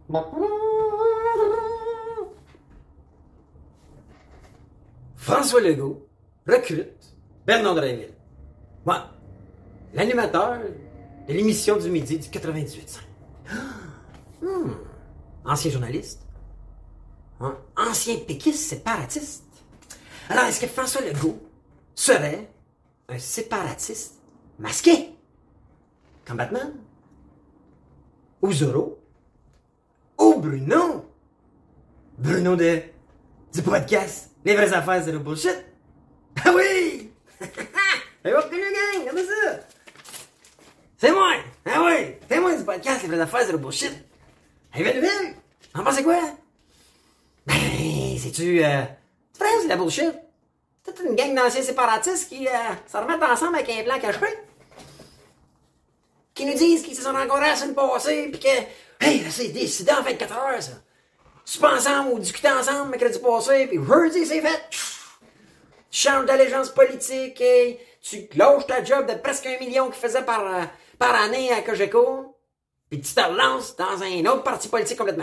François Legault recrute Bernard Drinville. Moi, l'animateur de l'émission du midi du 98.5. Ancien journaliste. Ancien péquiste séparatiste. Alors, est-ce que François Legault serait un séparatiste masqué? Comme Batman? Ou Zorro? Ou Bruno? Bruno du podcast Les vraies affaires, c'est le bullshit? Ah oui! Hey, what's good, gang? Comment ça? C'est moi! Ah oui! C'est moi du podcast Les vraies affaires, c'est le bullshit! Hey, Belleville! En pensez quoi? Ben, c'est-tu vrai ou c'est la bullshit? Toute une gang d'anciens séparatistes qui se remettent ensemble avec un plan caché. Qui nous disent qu'ils se sont rencontrés la semaine passée, pis que, hey, ça s'est décidé en 24 heures, ça. Souper ensemble ou discuter ensemble mercredi passé, pis jeudi, c'est fait. Tu changes d'allégeance politique et tu lâches ta job de presque 1 million qu'il faisait par année à Cogeco, pis tu te relances dans un autre parti politique complètement.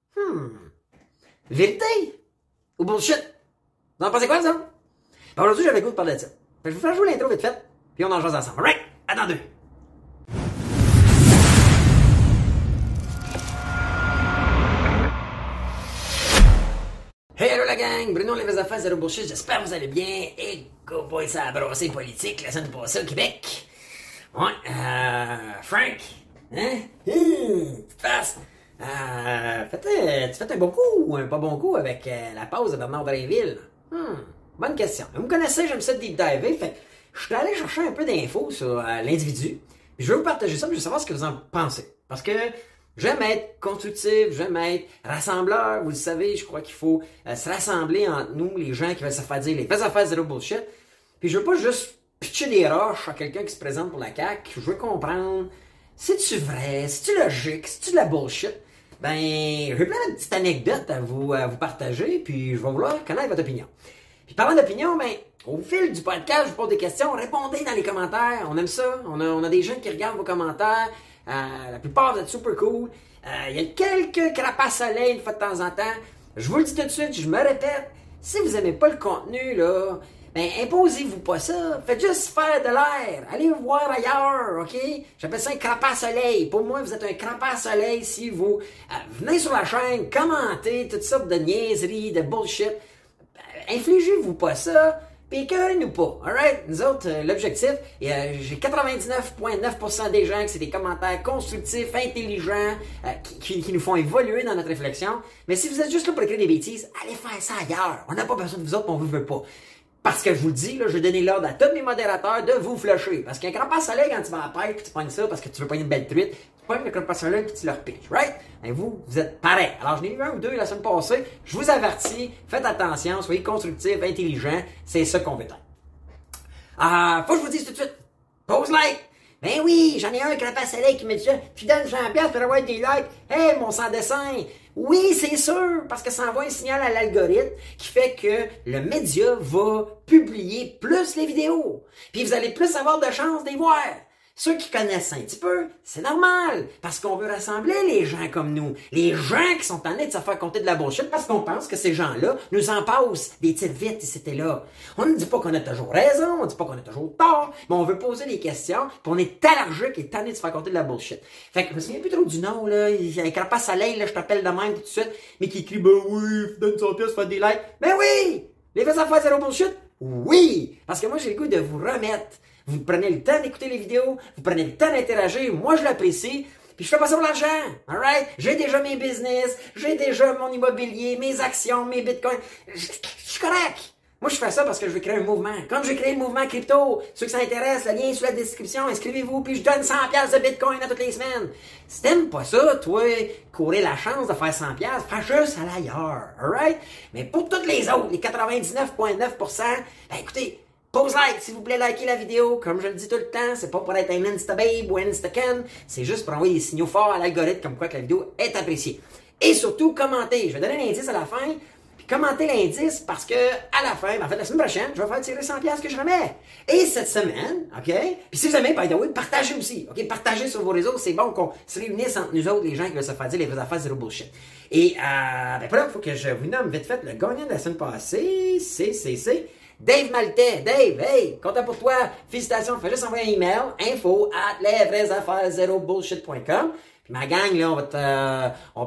Vérité? Ou bullshit? Vous en pensez quoi, ça? Ben aujourd'hui, j'avais le goût de parler de ça. Fait que je vais vous faire jouer l'intro vite fait, puis on en jase ensemble. Alright? Attends deux. Hey, allô la gang! Bruno, les vraies affaires, zéro bullshit, j'espère que vous allez bien. Et go boy, ça a brassé politique la semaine passée au Québec. Ouais, Frank, hein? Petite face. Tu fais un bon coup ou un pas bon coup avec la pause de Bernard Drinville? Bonne question. Vous me connaissez, j'aime ça deep diver, fait je suis allé chercher un peu d'infos sur l'individu. Puis je vais vous partager ça, puis je veux savoir ce que vous en pensez. Parce que j'aime être constructif, j'aime être rassembleur. Vous le savez, je crois qu'il faut se rassembler entre nous, les gens qui veulent se faire dire les vraies affaires zéro bullshit. Puis je veux pas juste pitcher des roches à quelqu'un qui se présente pour la CAQ. Je veux comprendre, c'est-tu vrai, c'est-tu logique, c'est-tu de la bullshit? Ben, j'ai plein de petites anecdotes à vous partager, puis je vais vouloir connaître votre opinion. Puis parlant d'opinion, ben, au fil du podcast, je vous pose des questions, répondez dans les commentaires, on aime ça, on a des gens qui regardent vos commentaires, la plupart vous êtes super cool, il y a quelques crapaces soleil une fois de temps en temps, je vous le dis tout de suite, je me répète, si vous aimez pas le contenu, là, ben, imposez-vous pas ça, faites juste faire de l'air, allez voir ailleurs, ok? J'appelle ça un crapace soleil, pour moi, vous êtes un crapace soleil si vous venez sur la chaîne, commentez toutes sortes de niaiseries, de bullshit, infligez-vous pas ça, pis écœurez-nous pas, alright? Nous autres, l'objectif, j'ai 99,9% des gens que c'est des commentaires constructifs, intelligents, qui nous font évoluer dans notre réflexion. Mais si vous êtes juste là pour écrire des bêtises, allez faire ça ailleurs. On n'a pas besoin de vous autres, on vous veut pas. Parce que je vous le dis, là, je vais donner l'ordre à tous mes modérateurs de vous flusher. Parce qu'un crapace soleil, quand tu vas à la pêche, pis tu pognes ça parce que tu veux pogner une belle truite, tu pognes le crapace soleil pis tu leur pitches, right? Et vous êtes pareil. Alors, je n'ai eu un ou deux la semaine passée. Je vous avertis, faites attention, soyez constructifs, intelligents. C'est ça qu'on veut être. Faut que je vous dise tout de suite. Pose like! Ben oui, j'en ai un crapace soleil qui me dit ça. Tu donnes Jean-Pierre pour avoir des likes. Hey, mon sans-dessin! Oui, c'est sûr, parce que ça envoie un signal à l'algorithme qui fait que le média va publier plus les vidéos. Puis vous allez plus avoir de chances d'y voir. Ceux qui connaissent un petit peu, c'est normal, parce qu'on veut rassembler les gens comme nous, les gens qui sont tannés de se faire compter de la bullshit, parce qu'on pense que ces gens-là nous en passent des titres vite ici et là. On ne dit pas qu'on a toujours raison, on ne dit pas qu'on a toujours tort, mais on veut poser des questions, puis on est allergique et tanné de se faire compter de la bullshit. Fait que je me souviens plus trop du nom, là, il y a un crapace soleil, là, je t'appelle de même tout de suite, mais qui écrit, ben oui, donne 100 pièces, fais des likes. Ben oui! Les vraies affaires zéro bullshit? Oui! Parce que moi, j'ai le goût de vous remettre. Vous prenez le temps d'écouter les vidéos, vous prenez le temps d'interagir, moi je l'apprécie, puis je fais pas ça pour l'argent, alright? J'ai déjà mes business, j'ai déjà mon immobilier, mes actions, mes bitcoins, je suis correct! Moi je fais ça parce que je veux créer un mouvement, comme j'ai créé le mouvement crypto, ceux qui s'intéressent, le lien est sous la description, inscrivez-vous, puis je donne 100$ de bitcoin à toutes les semaines. Si t'aimes pas ça, toi, courir la chance de faire 100$, fais juste à l'ailleurs, alright? Mais pour toutes les autres, les 99,9%, ben écoutez, pose like, s'il vous plaît, likez la vidéo. Comme je le dis tout le temps, c'est pas pour être un Instababe ou un Instacan, c'est juste pour envoyer des signaux forts à l'algorithme comme quoi que la vidéo est appréciée. Et surtout, commentez. Je vais donner un indice à la fin. Puis commentez l'indice parce que à la fin, en fait, la semaine prochaine, je vais faire tirer 100$ que je remets. Et cette semaine, OK? Puis si vous aimez, by the way, partagez aussi, OK? Partagez sur vos réseaux, c'est bon qu'on se réunisse entre nous autres, les gens qui veulent se faire dire les vraies affaires zéro bullshit. Et, ben, voilà, il faut que je vous nomme vite fait le gagnant de la semaine passée, c'est Dave Maltais. Dave, hey, content pour toi. Félicitations. Fais juste envoyer un email. info@lesvraiesaffaires0bullshit.com. Puis ma gang, là, on va on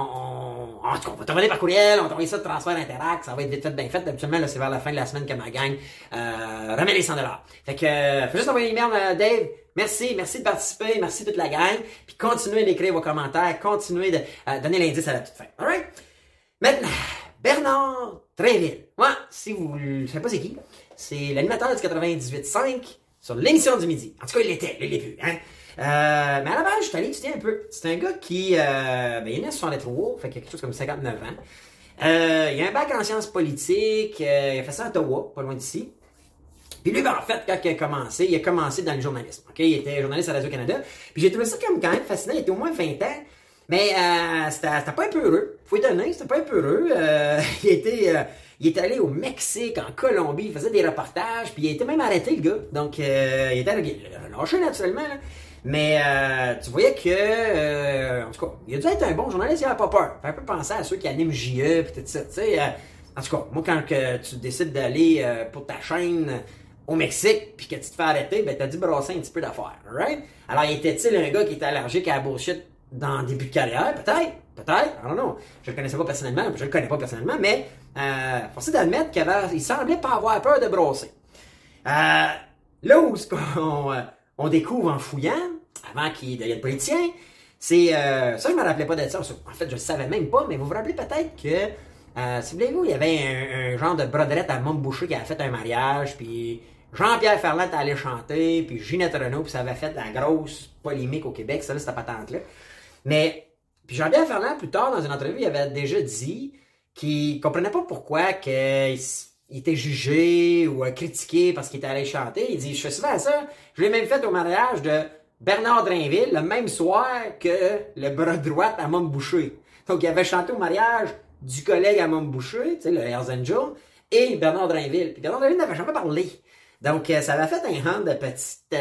va te revenir par courriel, on va t'envoyer ça de transfert Interact. Ça va être vite fait, bien fait. Habituellement, là, c'est vers la fin de la semaine que ma gang, remet les $100. Fait que, fais juste envoyer un email, Dave. Merci de participer, merci toute la gang. Puis continuez d'écrire vos commentaires, continuez de donner l'indice à la toute fin. Alright? Maintenant, Bernard Drainville. Moi, si vous ne savez pas c'est qui, c'est l'animateur du 98.5 sur l'émission du midi. En tout cas, il l'est plus, hein. Mais à la base, je suis allé étudier un peu. C'est un gars qui, il est né en 63, fait qu'il a quelque chose comme 59 ans. Il a un bac en sciences politiques, il a fait ça à Ottawa, pas loin d'ici. Puis lui, ben, en fait, quand il a commencé dans le journalisme. OK? Il était journaliste à Radio-Canada. Puis j'ai trouvé ça quand même fascinant. Il était au moins 20 ans. Mais c'était pas un peu heureux. Faut être honnête, c'était pas un peu heureux. Il était allé au Mexique, en Colombie, il faisait des reportages, puis il a été même arrêté, le gars. Donc, il était lâché naturellement, là. Mais tu voyais que, en tout cas, il a dû être un bon journaliste, il avait pas peur. Il fait un peu penser à ceux qui animent JE, puis tout ça, tu sais. En tout cas, moi, quand tu décides d'aller pour ta chaîne au Mexique, puis que tu te fais arrêter, ben t'as dû brasser un petit peu d'affaires, right? Alors, était-il un gars qui était allergique à la bullshit dans le début de carrière? Peut-être, I don't know. Je le connaissais pas personnellement, je le connais pas personnellement, mais forcé d'admettre qu'il semblait pas avoir peur de brasser. Là où on découvre en fouillant, avant qu'il devienne politicien, c'est ça, je me rappelais pas de ça. En fait, je le savais même pas, mais vous vous rappelez peut-être que si vous voulez, il y avait un genre de broderette à Mom Boucher qui avait fait un mariage, puis Jean-Pierre Ferland est allé chanter, puis Ginette Renault, puis ça avait fait la grosse polémique au Québec, ça là, cette patente-là. Mais, puis Jean-Pierre Ferland, plus tard, dans une entrevue, il avait déjà dit qu'il comprenait pas pourquoi qu'il était jugé ou critiqué parce qu'il était allé chanter. Il dit, je fais souvent ça, je l'ai même fait au mariage de Bernard Drainville, le même soir que le bras droit à Mom Boucher. Donc, il avait chanté au mariage du collègue à Mom Boucher, tu sais, le Hells Angel, et Bernard Drainville. Puis Bernard Drainville n'avait jamais parlé. Donc, ça avait fait un rang de petite...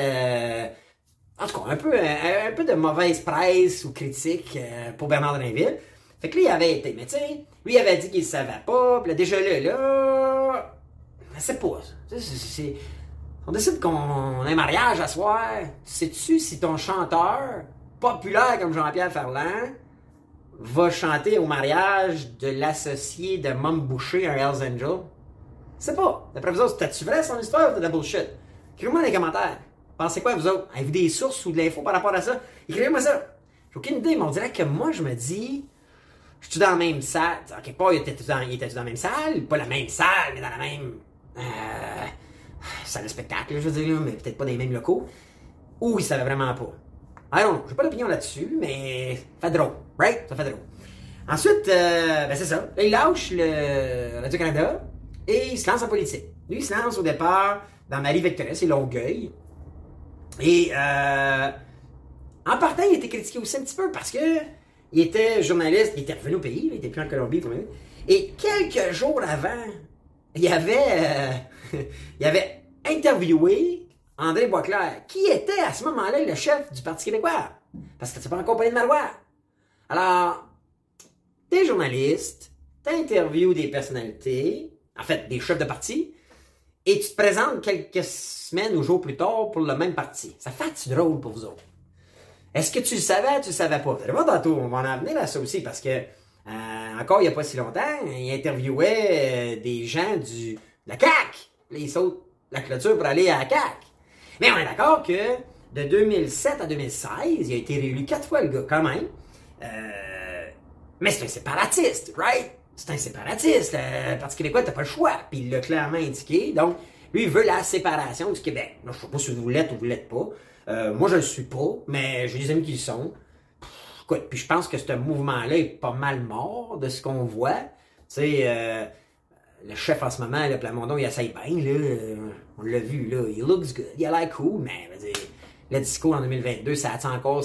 en tout cas, un peu de mauvaise presse ou critique pour Bernard Drainville. Fait que lui, il avait été, mais tu sais, lui, il avait dit qu'il ne savait pas, puis là, déjà là, c'est pas ça. On décide qu'on a un mariage à soir. Sais-tu si ton chanteur, populaire comme Jean-Pierre Ferland, va chanter au mariage de l'associé de Mom Boucher, un Hells Angel? C'est pas. D'après vous autres, c'était-tu vrai son histoire ou c'était de la bullshit? Écrivez-moi dans les commentaires. Pensez quoi, vous autres? Avez-vous des sources ou de l'info par rapport à ça? Écrivez-moi ça. J'ai aucune idée, mais on dirait que moi, je me dis, je suis dans la même salle. Ok, pas, il était dans la même salle, pas la même salle, mais dans la même salle de spectacle, je veux dire, mais peut-être pas dans les mêmes locaux. Ou il savait vraiment pas. I don't know, j'ai pas d'opinion là-dessus, mais ça fait drôle, right? Ça fait drôle. Ensuite, ben c'est ça. Là, il lâche le Radio-Canada et il se lance en politique. Lui, il se lance au départ dans Marie-Victorin, c'est Longueuil. Et en partant, il était critiqué aussi un petit peu parce que il était journaliste, il était revenu au pays, il était plus en Colombie. Et quelques jours avant, il avait interviewé André Boisclair, qui était à ce moment-là le chef du Parti québécois. Parce que c'est pas encore parlé de Marois. Alors, t'es journaliste, t'interviews des personnalités, en fait, des chefs de parti, et tu te présentes quelques semaines ou jours plus tard pour le même parti. Ça fait-tu drôle pour vous autres? Est-ce que tu le savais, tu le savais pas? Vous allez voir tantôt, on va en venir à ça aussi, parce que encore il n'y a pas si longtemps, il interviewait des gens de la CAQ. Là, il saute la clôture pour aller à la CAQ. Mais on est d'accord que de 2007 à 2016, il a été réélu 4 fois, le gars, quand même. Mais c'est un séparatiste, right? C'est un séparatiste. Le Parti québécois, t'as pas le choix. Puis il l'a clairement indiqué. Donc, lui, il veut la séparation du Québec. Là, je sais pas si vous l'êtes ou vous l'êtes pas. Moi, je le suis pas, mais j'ai des amis qui le sont. Écoute, puis je pense que ce mouvement-là est pas mal mort de ce qu'on voit. Tu sais, le chef en ce moment, là, Plamondon, il essaye bien, là. On l'a vu, là. Il looks good. Il a l'air cool, mais, je veux dire, le discours en 2022, ça a encore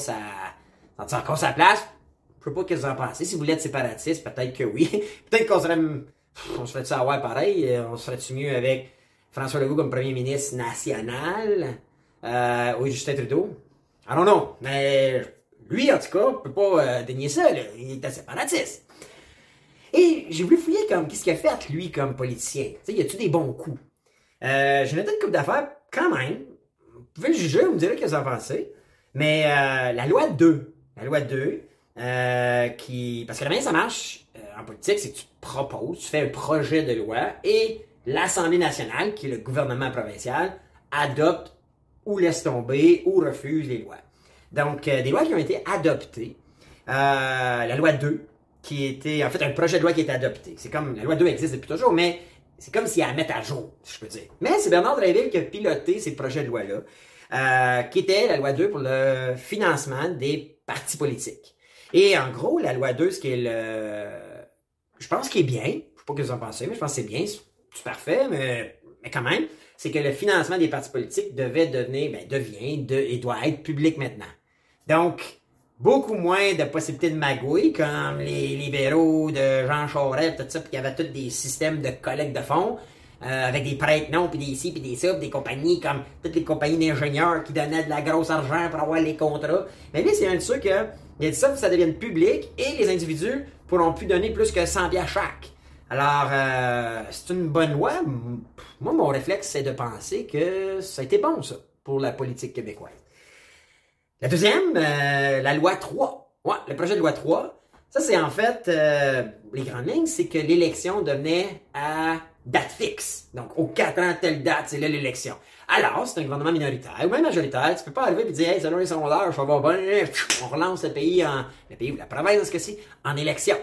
sa place? Je sais pas ce que vous en pensez. Si vous voulez être séparatiste, peut-être que oui. Peut-être qu'on serait on se ferait-tu savoir pareil? On se ferait-tu mieux avec François Legault comme premier ministre national? Ou Justin Trudeau? I don't know. Mais lui, en tout cas, peut pas dénier ça, là. Il est un séparatiste. Et j'ai voulu fouiller comme qu'est-ce qu'il a fait, lui, comme politicien. Tu sais, y a-tu des bons coups? J'ai noté une couple d'affaires, quand même. Vous pouvez le juger, vous me direz ce que vous en pensez. Mais la loi 2, parce que la manière ça marche en politique, c'est que tu proposes, tu fais un projet de loi et l'Assemblée nationale, qui est le gouvernement provincial, adopte ou laisse tomber ou refuse les lois. Donc, des lois qui ont été adoptées. La loi 2, qui était en fait un projet de loi qui a été adopté. C'est comme, la loi 2 existe depuis toujours, mais c'est comme s'il y a à mettre à jour, si je peux dire. Mais c'est Bernard Drinville qui a piloté ces projets de loi-là, qui était la loi 2 pour le financement des partis politiques. Et en gros, la loi 2, ce qui est je pense qu'il est bien, je ne sais pas ce que vous en pensez, mais je pense que c'est bien, c'est parfait, mais quand même, c'est que le financement des partis politiques et doit être public maintenant. Donc, beaucoup moins de possibilités de magouilles, comme les libéraux de Jean Charest, tout ça, puis qu'il y avait tous des systèmes de collecte de fonds, avec des prête-noms, puis des ci, puis des ça, puis des compagnies comme toutes les compagnies d'ingénieurs qui donnaient de la grosse argent pour avoir les contrats. Mais lui, c'est un de ceux que il a dit ça pour que ça devienne public, et les individus pourront plus donner plus que 100 $ chaque. Alors, c'est une bonne loi. Moi, mon réflexe, c'est de penser que ça a été bon, ça, pour la politique québécoise. La deuxième, la loi 3. Ouais, le projet de loi 3. Ça, c'est en fait, les grandes lignes, c'est que l'élection devenait à date fixe. Donc, aux 4 ans, telle date, c'est là l'élection. Alors, c'est un gouvernement minoritaire ou même majoritaire. Tu peux pas arriver et dire, hey, selon les sondages, ça va bien, on relance le pays ou la province, dans ce cas-ci, en élection.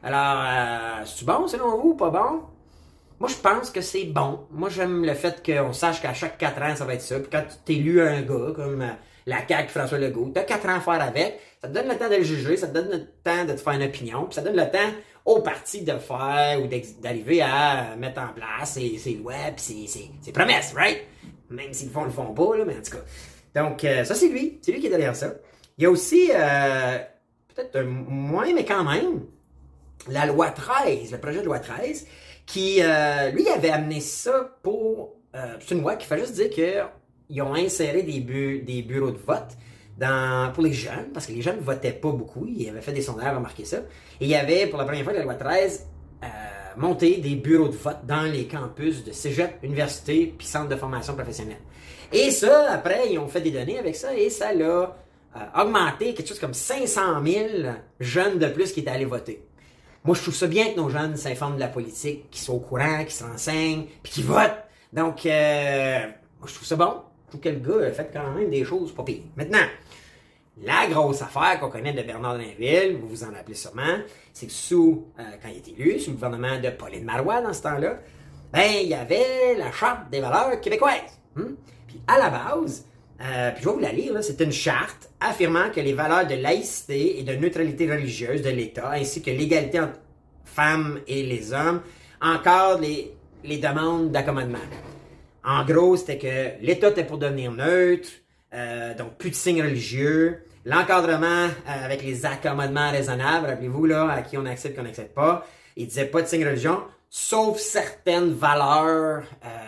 Alors, c'est-tu bon selon vous ou pas bon? Moi, je pense que c'est bon. Moi, j'aime le fait qu'on sache qu'à chaque 4 ans, ça va être ça. Puis quand tu t'élus un gars comme la CAQ, François Legault, tu as 4 ans à faire avec, ça te donne le temps de le juger, ça te donne le temps de te faire une opinion, puis ça donne le temps au parti de faire ou d'arriver à mettre en place ses lois puis ses promesses, right? Même s'ils le font pas, là, mais en tout cas. Donc, ça, c'est lui qui est derrière ça. Il y a aussi, peut-être moins, mais quand même, la loi 13, le projet de loi 13, qui, lui, avait amené ça pour... c'est une loi qui fait juste dire qu'ils ont inséré des bureaux de vote pour les jeunes, parce que les jeunes ne votaient pas beaucoup. Ils avaient fait des sondages, remarqué ça. Et il y avait, pour la première fois, la loi 13, monté des bureaux de vote dans les campus de cégep, université, puis centres de formation professionnelle. Et ça, après, ils ont fait des données avec ça, et ça l'a augmenté quelque chose comme 500 000 jeunes de plus qui étaient allés voter. Moi, je trouve ça bien que nos jeunes s'informent de la politique, qu'ils soient au courant, qu'ils se renseignent, puis qu'ils votent. Donc, moi, je trouve ça bon. Je trouve que le gars a fait quand même des choses pas pires. Maintenant, la grosse affaire qu'on connaît de Bernard Drinville, vous vous en rappelez sûrement, c'est que quand il est élu, sous le gouvernement de Pauline Marois dans ce temps-là, il y avait la Charte des valeurs québécoises. Puis à la base, puis je vais vous la lire, c'est une charte affirmant que les valeurs de laïcité et de neutralité religieuse de l'État, ainsi que l'égalité entre femmes et les hommes, encadrent les demandes d'accommodement. En gros, c'était que l'État était pour devenir neutre, donc plus de signes religieux, l'encadrement avec les accommodements raisonnables, rappelez-vous là, à qui on accepte, qu'on n'accepte pas, il disait pas de signes religieux, sauf certaines valeurs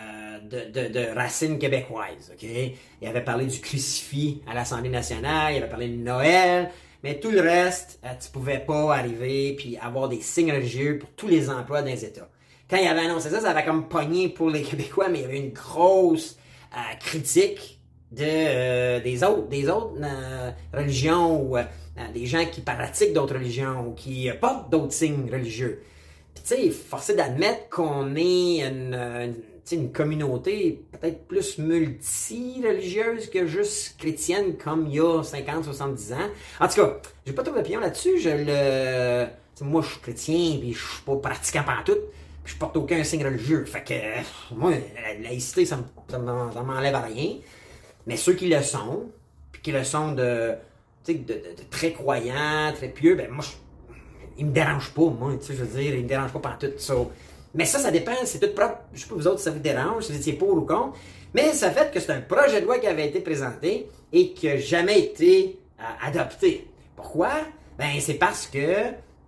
de racines québécoises, ok? Il avait parlé du crucifix à l'Assemblée nationale, il avait parlé de Noël, mais tout le reste, tu pouvais pas arriver puis avoir des signes religieux pour tous les emplois dans les États. Quand il avait annoncé ça, ça avait comme pogné pour les Québécois, mais il y avait une grosse critique des autres religions ou des gens qui pratiquent d'autres religions ou qui portent d'autres signes religieux. Puis tu sais, forcé d'admettre qu'on est une communauté peut-être plus multi-religieuse que juste chrétienne comme il y a 50-70 ans. En tout cas, j'ai pas trop d'opinion là-dessus. Moi, je suis chrétien puis je suis pas pratiquant pantoute. Puis je porte aucun signe religieux. Fait que, moi, la laïcité, ça m'enlève à rien. Mais ceux qui le sont, puis qui le sont de très croyants, très pieux, ben moi, ils me dérangent pas, moi, tu sais, je veux dire, ils me dérangent pas pantoute. Mais ça dépend, c'est tout propre. Je sais pas vous autres si ça vous dérange, si vous étiez pour ou contre. Mais ça fait que c'est un projet de loi qui avait été présenté et qui n'a jamais été adopté. Pourquoi? Ben, c'est parce que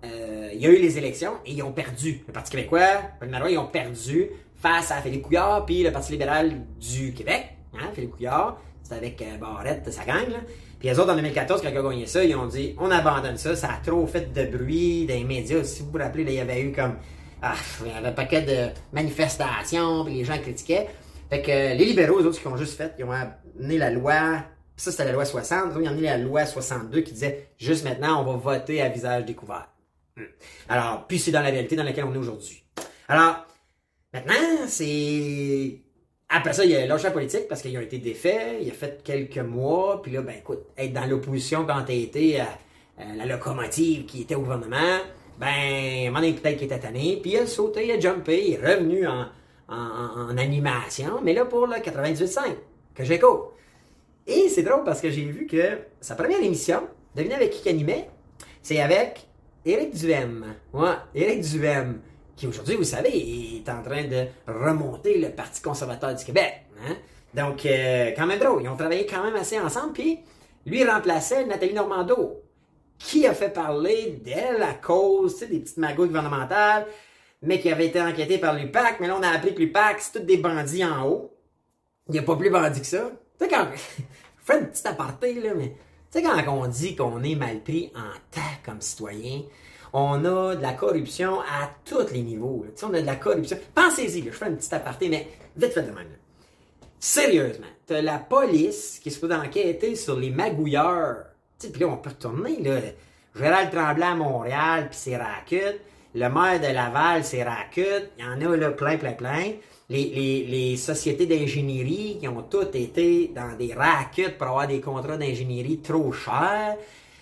il y a eu les élections et ils ont perdu. Le Parti québécois, le Marois, ils ont perdu face à Philippe Couillard puis le Parti libéral du Québec. Hein, Philippe Couillard, c'était avec Barrette, sa gang, là. Puis les autres, en 2014, quand ils ont gagné ça, ils ont dit, on abandonne ça, ça a trop fait de bruit dans les médias. Si vous vous rappelez, là, il y avait eu comme, il y avait un paquet de manifestations, puis les gens critiquaient. Fait que les libéraux, eux autres, ce qu'ils ont juste fait, ils ont amené la loi, ça c'était la loi 60, ils ont amené la loi 62 qui disait, juste maintenant, on va voter à visage découvert. Alors, puis c'est dans la réalité dans laquelle on est aujourd'hui. Alors, maintenant, c'est... Après ça, il a lâché la politique parce qu'ils ont été défaits, il a fait quelques mois, puis là, ben écoute, être dans l'opposition quand t'as été la locomotive qui était au gouvernement, ben, à un moment donné, peut-être qu'il était tanné, puis il a sauté, il a jumpé, il est revenu en animation, mais là, pour le 98.5, que j'écoute. Et c'est drôle parce que j'ai vu que sa première émission, devinez avec qui il animait, c'est avec Éric Duhem. Ouais, Éric Duhem, qui aujourd'hui, vous savez, est en train de remonter le Parti conservateur du Québec. Hein? Donc, quand même drôle. Ils ont travaillé quand même assez ensemble. Puis, lui, il remplaçait Nathalie Normando, qui a fait parler d'elle à cause des petites magouilles gouvernementales, mais qui avait été enquêtée par l'UPAC. Mais là, on a appris que l'UPAC, c'est tous des bandits en haut. Il n'y a pas plus bandits que ça. Tu sais, quand... Je fais une petite aparté, là, mais... Tu sais, quand on dit qu'on est mal pris en temps comme citoyen, on a de la corruption à tous les niveaux. Tu sais, on a de la corruption. Pensez-y, là, je fais une petite aparté, mais vite fait de même. Là. Sérieusement, t'as la police qui est supposée enquêter sur les magouilleurs. Tu sais, puis là, on peut retourner, là. Gérald Tremblay à Montréal, puis c'est racute. Le maire de Laval, c'est racute. Il y en a, là, plein. Les sociétés d'ingénierie qui ont toutes été dans des racutes pour avoir des contrats d'ingénierie trop chers.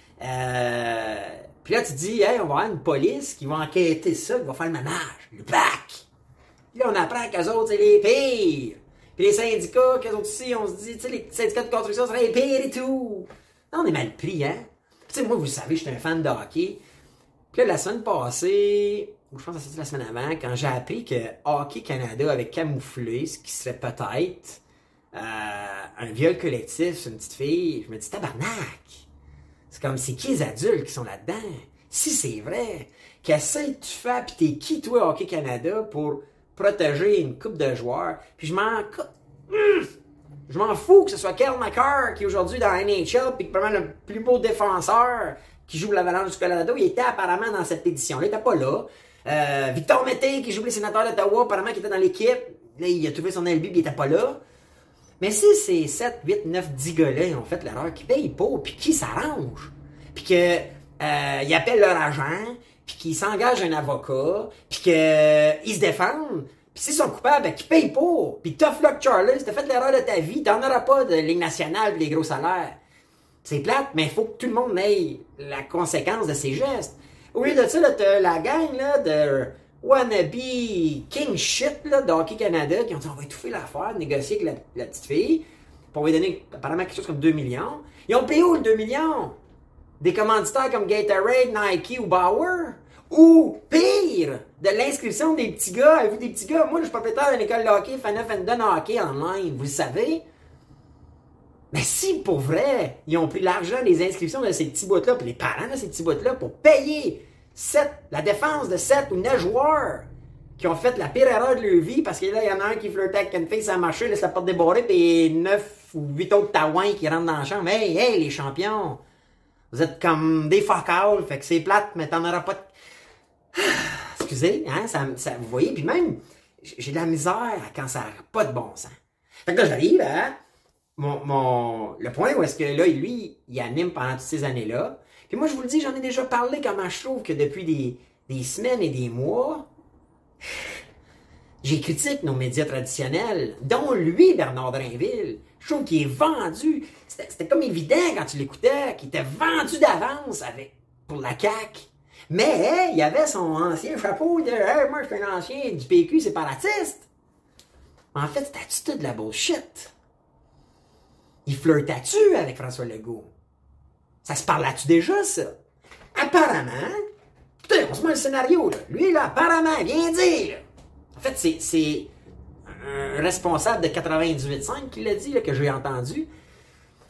Puis là, tu te dis, hey, on va avoir une police qui va enquêter ça, qui va faire le ménage, le PAC. Là, on apprend qu'eux autres, c'est les pires. Puis les syndicats, qu'eux autres aussi, on se dit, tu sais, les syndicats de construction seraient les pires et tout. Là, on est mal pris, hein. Tu sais, moi, vous savez, je suis un fan de hockey. Puis là, la semaine passée, ou je pense que c'était la semaine avant, quand j'ai appris que Hockey Canada avait camouflé ce qui serait peut-être un viol collectif sur une petite fille, je me dis, tabarnak! C'est comme, c'est qui les adultes qui sont là-dedans? Si c'est vrai, qu'est-ce que tu fais, pis t'es qui, toi, Hockey Canada, pour protéger une coupe de joueurs? Puis je m'en fous que ce soit Kel McCarr, qui est aujourd'hui dans la NHL, puis probablement le plus beau défenseur qui joue l'Avalanche du Colorado, il était apparemment dans cette édition-là, il était pas là. Victor Mété, qui joue les Sénateurs d'Ottawa, apparemment qui était dans l'équipe, là, il a trouvé son LB, puis il était pas là. Mais si ces 7, 8, 9, 10 gars-là ont fait l'erreur, qui payent pas, puis qui s'arrangent, puis que ils appellent leur agent, puis qu'ils s'engagent un avocat, puis qu'ils se défendent, puis s'ils sont coupables, ben qu'ils payent pas. Puis tough luck Charlie, si t'as fait l'erreur de ta vie, t'en auras pas de Ligue nationale pis des gros salaires. C'est plate, mais il faut que tout le monde ait la conséquence de ses gestes. Au lieu de ça, là, t'as la gang là, de wannabe king shit là, de Hockey Canada qui ont dit on va étouffer l'affaire, négocier avec la petite fille pour lui donner apparemment quelque chose comme 2 millions. Ils ont payé où le 2 millions? Des commanditaires comme Gatorade, Nike ou Bauer? Ou pire, de l'inscription des petits gars. Avez-vous des petits gars? Moi, je suis propriétaire d'une école de hockey, Fana Fendon Hockey online, vous le savez. Mais si, pour vrai, ils ont pris l'argent des inscriptions de ces petits bouts-là, puis les parents de ces petits bouts-là, pour payer la défense de 7 ou 9 joueurs qui ont fait la pire erreur de leur vie, parce que là, il y en a un qui flirtait avec une fille, ça a marché, laisse la porte débarrée, puis 9 ou 8 autres taouins qui rentrent dans la chambre. Hey, les champions! Vous êtes comme des fuck-all, fait que c'est plate, mais t'en auras pas de... Excusez, hein, ça, vous voyez, puis même, j'ai de la misère quand ça n'a pas de bon sens. Fait que là, j'arrive, hein, le point où est-ce que là, lui, il anime pendant toutes ces années-là. Puis moi, je vous le dis, j'en ai déjà parlé comment je trouve que depuis des semaines et des mois, j'ai critique nos médias traditionnels, dont lui, Bernard Drainville. Je trouve qu'il est vendu. C'était comme évident quand tu l'écoutais, qu'il était vendu d'avance pour la CAQ. Mais il y avait son ancien chapeau de hey, moi, je suis un ancien du PQ séparatiste. En fait, c'était-tu tout de la bullshit? Il flirtait-tu avec François Legault? Ça se parlait-tu déjà, ça? Apparemment, écoutez, on se met le scénario, là. Lui, là, apparemment, viens dire, là. En fait, c'est un responsable de 98.5 qui l'a dit, là, que j'ai entendu.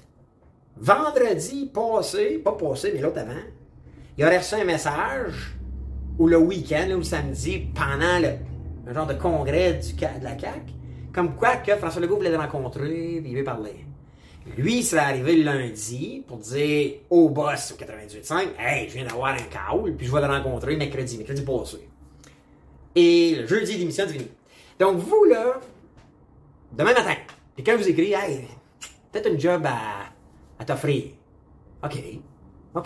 Vendredi passé, pas passé, mais l'autre avant, il aurait reçu un message ou le week-end, ou le samedi, pendant un genre de congrès de la CAQ, comme quoi que François Legault voulait le rencontrer, puis il veut parler. Lui, il serait arrivé le lundi pour dire au boss au 98.5 « Hey, je viens d'avoir un call, puis je vais le rencontrer mercredi passé. » Et le jeudi, l'émission est finie. Donc, vous, là, demain matin, quelqu'un vous écrit « Hey, peut-être une job à t'offrir. » OK.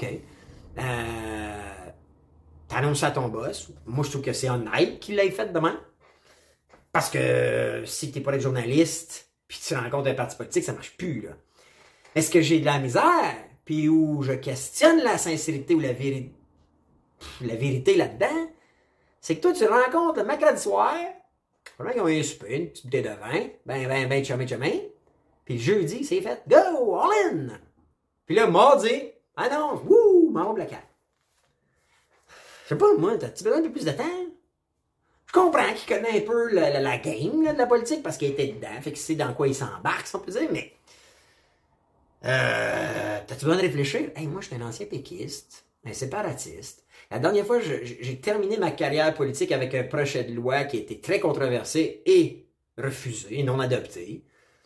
T'annonces ça à ton boss. Moi, je trouve que c'est honnête qu'il l'ait fait demain. Parce que si t'es pas être journaliste, puis tu rencontres un parti politique, ça marche plus, là. Est-ce que j'ai de la misère, puis où je questionne la sincérité ou la vérité là-dedans, c'est que toi, tu rencontres le mercredi soir, probablement qu'ils ont un souper, une petite bouteille de vin, ben, chumé, puis le jeudi, c'est fait, go, all in! Puis là, mardi, annonce, wouh, m'en va bloquer. Je sais pas, moi, t'as-tu besoin de plus de temps? Je comprends qu'il connaît un peu la game là, de la politique parce qu'il était dedans, fait qu'il sait dans quoi il s'embarque, si on peut dire, mais t'as-tu besoin de réfléchir? Hey, moi, je suis un ancien péquiste, un séparatiste. La dernière fois, j'ai terminé ma carrière politique avec un projet de loi qui a été très controversé et refusé, non adopté.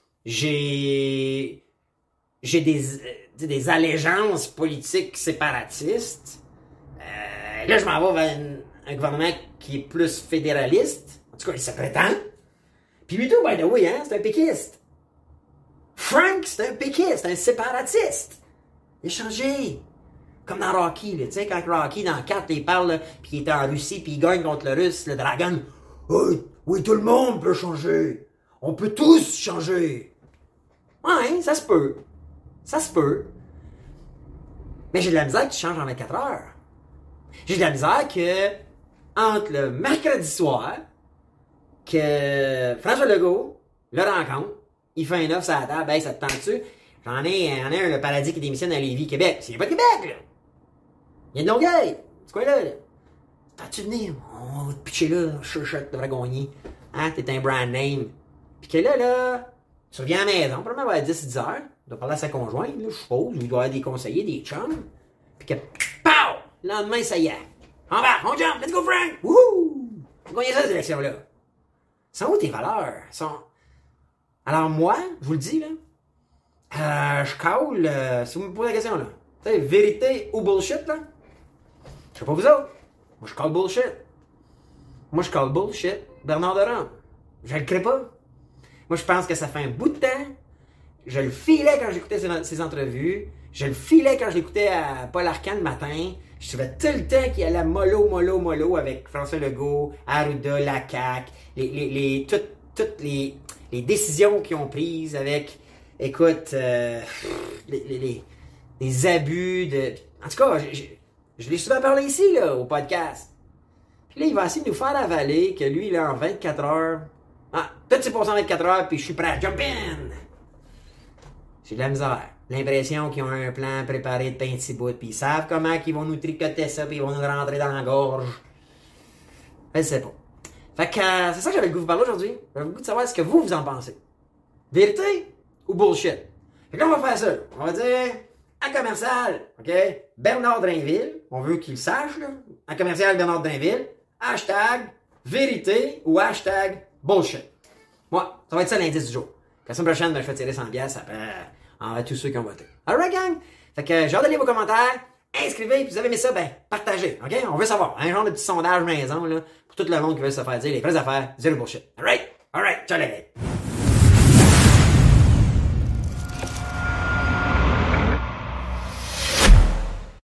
J'ai des allégeances politiques séparatistes. Là, je m'en vais vers un gouvernement qui est plus fédéraliste. En tout cas, il se prétend. Puis lui tout, by the way, c'est un péquiste. Frank, c'est un péquiste, un séparatiste. Il a changé. Comme dans Rocky, tu sais, quand Rocky, dans 4, il parle, puis il est en Russie, puis il gagne contre le Russe, le dragon. Oui, tout le monde peut changer. On peut tous changer. Ouais, ça se peut. Ça se peut. Mais j'ai de la misère que tu changes en 24 heures. J'ai de la misère que, entre le mercredi soir, que François Legault le rencontre, il fait un offre sur la table, hey, ça te tente-tu? J'en ai un, le paradis qui démissionne à Lévis, Québec. C'est pas de Québec, là! Il y a de Longueuil! C'est quoi, là? T'as-tu venir? On va te pitcher là, chuchote, devrait gagner. Hein, t'es un brand name. Puis que là, tu reviens à la maison, probablement vers 10 heures. Il doit parler à sa conjointe, là, je suppose. Il doit avoir des conseillers, des chums. Puis que, pow! Le lendemain, ça y est. On va, on jump, let's go, Frank! Wouhou! On gagne ça, cette élection-là. Sont où tes valeurs? Alors moi, je vous le dis, là, je call, si vous me posez la question, là, tu sais, vérité ou bullshit, là, je sais pas vous autres. Moi, je call bullshit. Moi, je call bullshit. Bernard de Rome. Je le crée pas. Moi, je pense que ça fait un bout de temps. Je le filais quand j'écoutais ses entrevues. Je le filais quand je l'écoutais à Paul Arcand le matin. Je trouvais tout le temps qu'il allait mollo avec François Legault, Arruda, la CAQ, toutes les décisions qu'ils ont prises avec, écoute, les abus de... En tout cas, je l'ai souvent parlé ici, là, au podcast. Puis là, il va essayer de nous faire avaler que lui, là, en 24 heures... Ah, tout c'est passé en 24 heures, puis je suis prêt à jump in! J'ai de la misère. L'impression qu'ils ont un plan préparé de pain de six bouts, puis ils savent comment qu'ils vont nous tricoter ça, puis ils vont nous rentrer dans la gorge. Je sais pas. Fait que c'est ça que j'avais le goût de vous parler aujourd'hui. J'avais le goût de savoir ce que vous en pensez. Vérité ou bullshit? Fait que là, on va faire ça. On va dire, à commercial, OK? Bernard Drainville, on veut qu'il sache, là. À commercial Bernard Drainville, hashtag vérité ou hashtag bullshit. Moi, ça va être ça l'indice du jour. La semaine prochaine, ben, je vais tirer 100 piastres à tous ceux qui ont voté. Alright, gang? Fait que j'ai hâte de lire vos commentaires. Inscrivez, puis vous avez aimé ça, ben, partagez, OK? On veut savoir. Un genre de petit sondage maison, là, pour tout le monde qui veut se faire dire les vraies affaires, zéro bullshit. Alright? Alright, ciao les gars.